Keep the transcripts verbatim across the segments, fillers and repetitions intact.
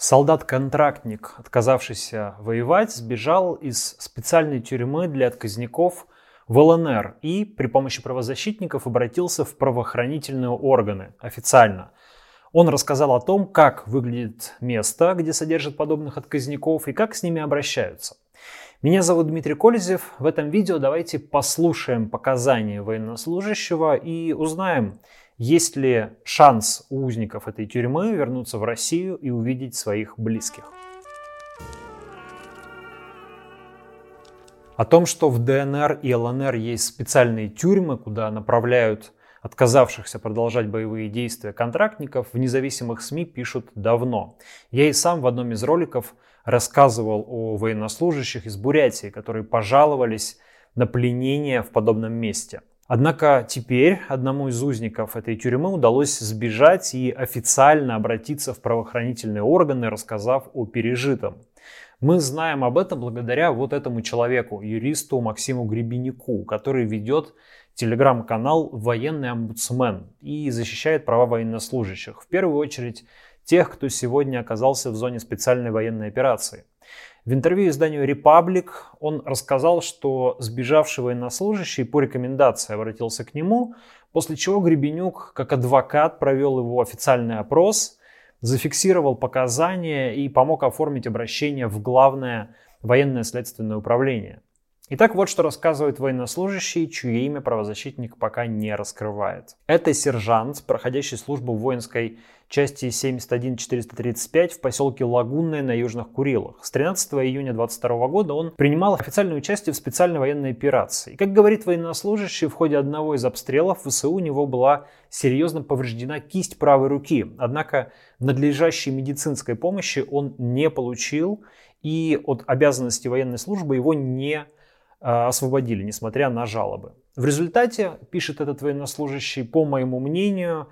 Солдат-контрактник, отказавшийся воевать, сбежал из специальной тюрьмы для отказников в эл эн эр и при помощи правозащитников обратился в правоохранительные органы официально. Он рассказал о том, как выглядит место, где содержат подобных отказников и как с ними обращаются. Меня зовут Дмитрий Кользев. В этом видео давайте послушаем показания военнослужащего и узнаем, есть ли шанс у узников этой тюрьмы вернуться в Россию и увидеть своих близких. О том, что в дэ эн эр и эл эн эр есть специальные тюрьмы, куда направляют отказавшихся продолжать боевые действия контрактников, в независимых СМИ пишут давно. Я и сам в одном из роликов рассказывал о военнослужащих из Бурятии, которые пожаловались на пленение в подобном месте. Однако теперь одному из узников этой тюрьмы удалось сбежать и официально обратиться в правоохранительные органы, рассказав о пережитом. Мы знаем об этом благодаря вот этому человеку, юристу Максиму Гребенюку, который ведет телеграм-канал «Военный омбудсмен» и защищает права военнослужащих. В первую очередь тех, кто сегодня оказался в зоне специальной военной операции. В интервью изданию «Репаблик» он рассказал, что сбежавший военнослужащий по рекомендации обратился к нему, после чего Гребенюк, как адвокат, провел его официальный опрос, зафиксировал показания и помог оформить обращение в Главное военное следственное управление. Итак, вот что рассказывает военнослужащий, чье имя правозащитник пока не раскрывает. Это сержант, проходящий службу в воинской части семьдесят один четыреста тридцать пять в поселке Лагунное на Южных Курилах. С тринадцатого июня две тысячи двадцать второго года он принимал официальное участие в специальной военной операции. И, как говорит военнослужащий, в ходе одного из обстрелов вэ эс у у него была серьезно повреждена кисть правой руки. Однако надлежащей медицинской помощи он не получил, и от обязанностей военной службы его не освободили, несмотря на жалобы. В результате, пишет этот военнослужащий, по моему мнению,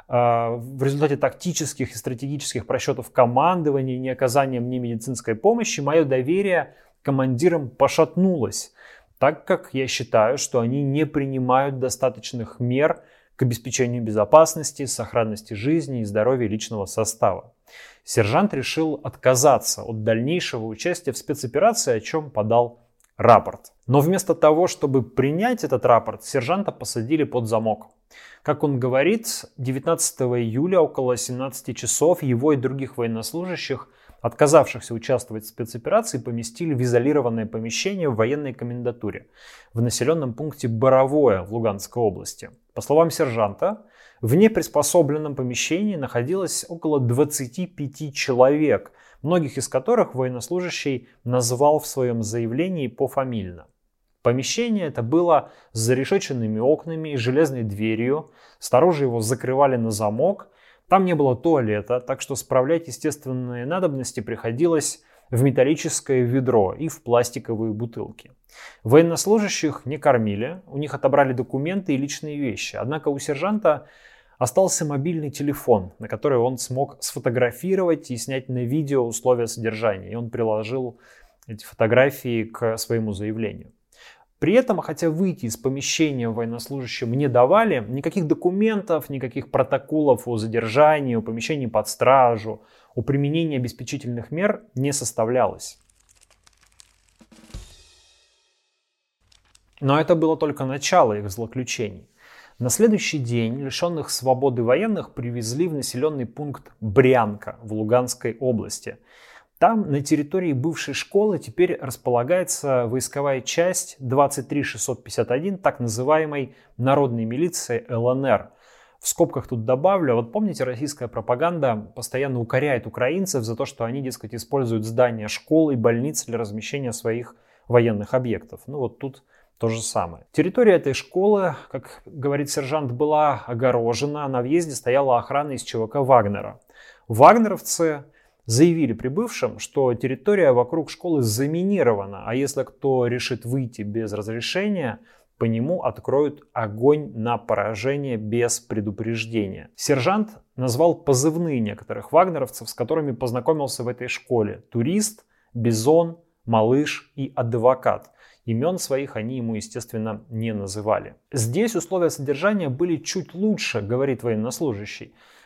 в результате тактических и стратегических просчетов командования и неоказания мне медицинской помощи, мое доверие к командирам пошатнулось, так как я считаю, что они не принимают достаточных мер к обеспечению безопасности, сохранности жизни и здоровья личного состава. Сержант решил отказаться от дальнейшего участия в спецоперации, о чем подал рапорт. Но вместо того, чтобы принять этот рапорт, сержанта посадили под замок. Как он говорит, девятнадцатого июля около семнадцати часов его и других военнослужащих, отказавшихся участвовать в спецоперации, поместили в изолированное помещение в военной комендатуре в населенном пункте Боровое в Луганской области. По словам сержанта, в неприспособленном помещении находилось около двадцати пяти человек, многих из которых военнослужащий назвал в своем заявлении пофамильно. Помещение это было с зарешеченными окнами и железной дверью, снаружи его закрывали на замок, там не было туалета, так что справлять естественные надобности приходилось в металлическое ведро и в пластиковые бутылки. Военнослужащих не кормили, у них отобрали документы и личные вещи, однако у сержанта остался мобильный телефон, на который он смог сфотографировать и снять на видео условия содержания. И он приложил эти фотографии к своему заявлению. При этом, хотя выйти из помещения военнослужащим не давали, никаких документов, никаких протоколов о задержании, о помещении под стражу, о применении обеспечительных мер не составлялось. Но это было только начало их злоключений. На следующий день лишенных свободы военных привезли в населенный пункт Брянка в Луганской области. Там, на территории бывшей школы, теперь располагается войсковая часть двадцать три шестьсот пятьдесят один, так называемой народной милиции эл эн эр. В скобках тут добавлю, вот помните, российская пропаганда постоянно укоряет украинцев за то, что они, дескать, используют здания школ и больниц для размещения своих военных объектов. Ну вот тут то же самое. Территория этой школы, как говорит сержант, была огорожена, на въезде стояла охрана из ЧВК Вагнера. Вагнеровцы заявили прибывшим, что территория вокруг школы заминирована, а если кто решит выйти без разрешения, по нему откроют огонь на поражение без предупреждения. Сержант назвал позывные некоторых вагнеровцев, с которыми познакомился в этой школе: турист, бизон, малыш и адвокат. Имен своих они ему, естественно, не называли. Здесь условия содержания были чуть лучше, говорит военнослужащий.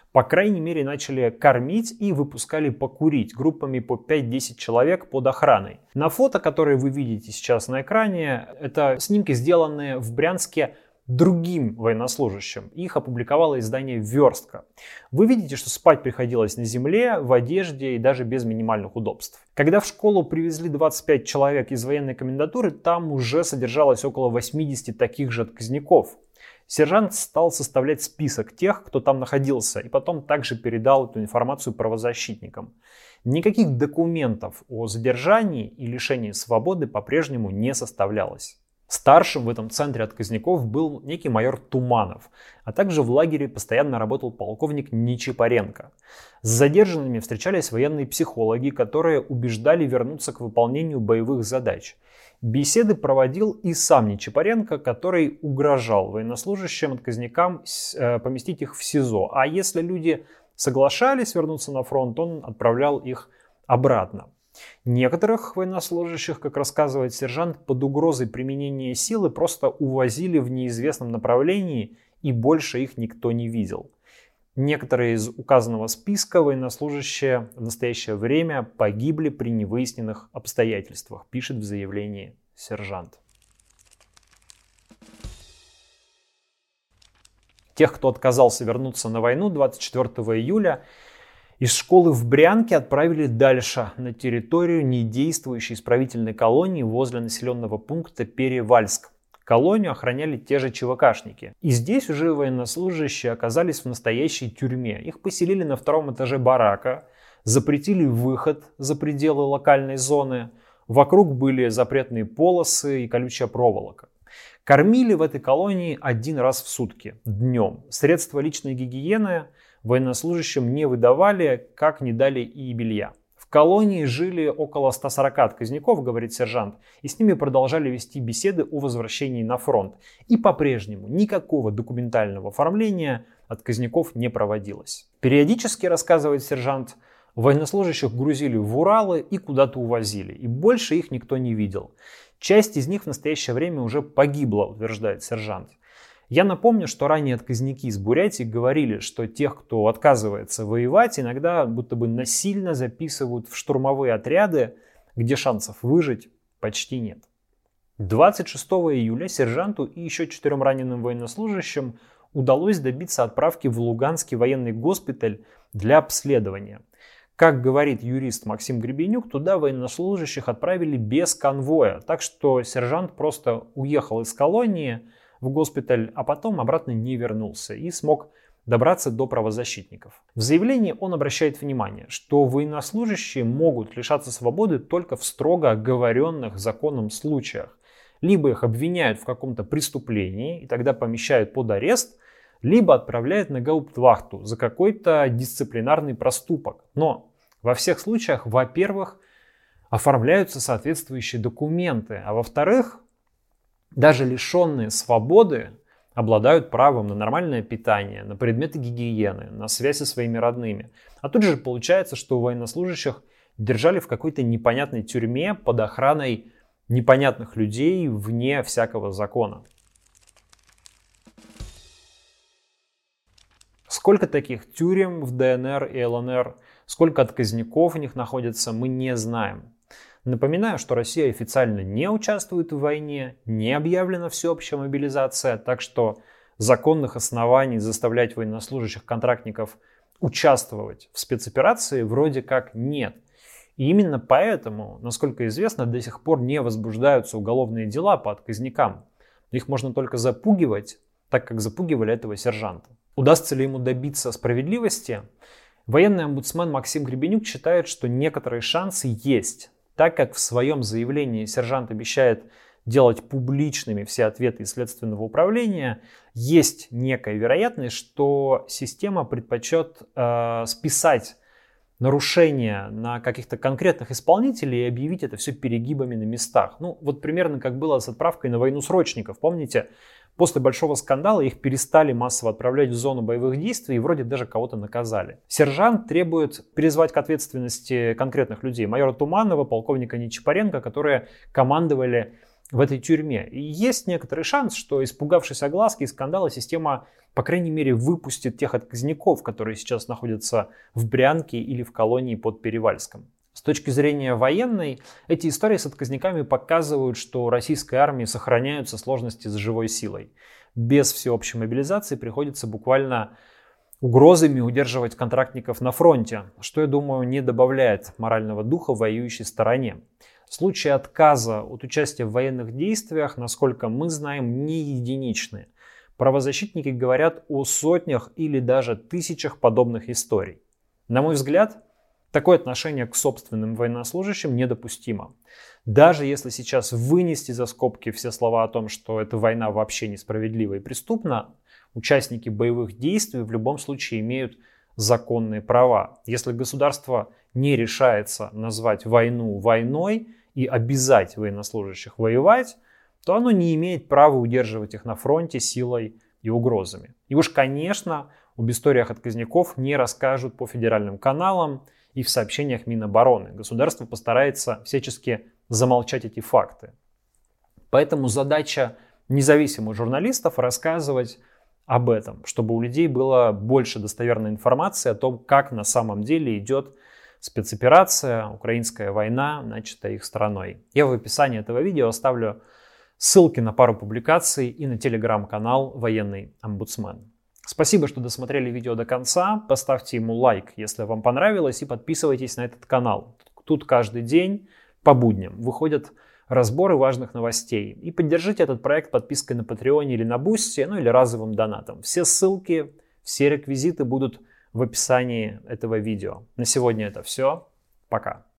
По крайней мере, начали кормить и выпускали покурить группами по пять-десять человек под охраной. На фото, которые вы видите сейчас на экране, это снимки, сделанные в Брянске другим военнослужащим. Их опубликовало издание «Верстка». Вы видите, что спать приходилось на земле, в одежде и даже без минимальных удобств. Когда в школу привезли двадцать пять человек из военной комендатуры, там уже содержалось около восьмидесяти таких же отказников. Сержант стал составлять список тех, кто там находился, и потом также передал эту информацию правозащитникам. Никаких документов о задержании и лишении свободы по-прежнему не составлялось. Старшим в этом центре отказников был некий майор Туманов, а также в лагере постоянно работал полковник Нечипаренко. С задержанными встречались военные психологи, которые убеждали вернуться к выполнению боевых задач. Беседы проводил и сам Нечипаренко, который угрожал военнослужащим отказникам поместить их в СИЗО. А если люди соглашались вернуться на фронт, он отправлял их обратно. Некоторых военнослужащих, как рассказывает сержант, под угрозой применения силы просто увозили в неизвестном направлении, и больше их никто не видел. Некоторые из указанного списка военнослужащие в настоящее время погибли при невыясненных обстоятельствах, пишет в заявлении сержант. Тех, кто отказался вернуться на войну двадцать четвёртого июля, из школы в Брянке отправили дальше, на территорию недействующей исправительной колонии возле населенного пункта Перевальск. Колонию охраняли те же ЧВКшники. И здесь уже военнослужащие оказались в настоящей тюрьме. Их поселили на втором этаже барака, запретили выход за пределы локальной зоны. Вокруг были запретные полосы и колючая проволока. Кормили в этой колонии один раз в сутки, днем. Средства личной гигиены военнослужащим не выдавали, как не дали и белья. В колонии жили около ста сорока отказников, говорит сержант, и с ними продолжали вести беседы о возвращении на фронт. И по-прежнему никакого документального оформления отказников не проводилось. Периодически, рассказывает сержант, военнослужащих грузили в Уралы и куда-то увозили, и больше их никто не видел. Часть из них в настоящее время уже погибла, утверждает сержант. Я напомню, что ранее отказники из Бурятии говорили, что тех, кто отказывается воевать, иногда будто бы насильно записывают в штурмовые отряды, где шансов выжить почти нет. двадцать шестого июля сержанту и еще четырем раненым военнослужащим удалось добиться отправки в Луганский военный госпиталь для обследования. Как говорит юрист Максим Гребенюк, туда военнослужащих отправили без конвоя, так что сержант просто уехал из колонии в госпиталь, а потом обратно не вернулся и смог добраться до правозащитников. В заявлении он обращает внимание, что военнослужащие могут лишаться свободы только в строго оговоренных законом случаях. Либо их обвиняют в каком-то преступлении и тогда помещают под арест, либо отправляют на гауптвахту за какой-то дисциплинарный проступок. Но во всех случаях, во-первых, оформляются соответствующие документы, а во-вторых, даже лишенные свободы обладают правом на нормальное питание, на предметы гигиены, на связь со своими родными. А тут же получается, что военнослужащих держали в какой-то непонятной тюрьме под охраной непонятных людей вне всякого закона. Сколько таких тюрем в ДНР и ЛНР, сколько отказников в них находится, мы не знаем. Напоминаю, что Россия официально не участвует в войне, не объявлена всеобщая мобилизация, так что законных оснований заставлять военнослужащих-контрактников участвовать в спецоперации вроде как нет. И именно поэтому, насколько известно, до сих пор не возбуждаются уголовные дела по отказникам. Их можно только запугивать, так как запугивали этого сержанта. Удастся ли ему добиться справедливости? Военный омбудсмен Максим Гребенюк считает, что некоторые шансы есть, так как в своем заявлении сержант обещает делать публичными все ответы из следственного управления, есть некая вероятность, что система предпочет э, списать нарушения на каких-то конкретных исполнителей и объявить это все перегибами на местах. Ну, вот примерно как было с отправкой на войну срочников. Помните, после большого скандала их перестали массово отправлять в зону боевых действий и вроде даже кого-то наказали. Сержант требует призвать к ответственности конкретных людей. Майора Туманова, полковника Нечипаренко, которые командовали в этой тюрьме. И есть некоторый шанс, что, испугавшись огласки и скандала, система, по крайней мере, выпустит тех отказников, которые сейчас находятся в Брянке или в колонии под Перевальском. С точки зрения военной, эти истории с отказниками показывают, что у российской армии сохраняются сложности с живой силой. Без всеобщей мобилизации приходится буквально угрозами удерживать контрактников на фронте, что, я думаю, не добавляет морального духа воюющей стороне. Случаи отказа от участия в военных действиях, насколько мы знаем, не единичны. Правозащитники говорят о сотнях или даже тысячах подобных историй. На мой взгляд, такое отношение к собственным военнослужащим недопустимо. Даже если сейчас вынести за скобки все слова о том, что эта война вообще несправедлива и преступна, участники боевых действий в любом случае имеют законные права. Если государство не решается назвать войну войной и обязать военнослужащих воевать, то оно не имеет права удерживать их на фронте силой и угрозами. И уж, конечно, об историях отказников не расскажут по федеральным каналам и в сообщениях Минобороны. Государство постарается всячески замолчать эти факты. Поэтому задача независимых журналистов рассказывать об этом, чтобы у людей было больше достоверной информации о том, как на самом деле идет спецоперация, украинская война, начатая их страной. Я в описании этого видео оставлю ссылки на пару публикаций и на телеграм-канал «Военный омбудсмен». Спасибо, что досмотрели видео до конца. Поставьте ему лайк, если вам понравилось, и подписывайтесь на этот канал. Тут каждый день по будням выходят разборы важных новостей. И поддержите этот проект подпиской на Патреоне или на Бусти, ну или разовым донатом. Все ссылки, все реквизиты будут в описании этого видео. На сегодня это все. Пока.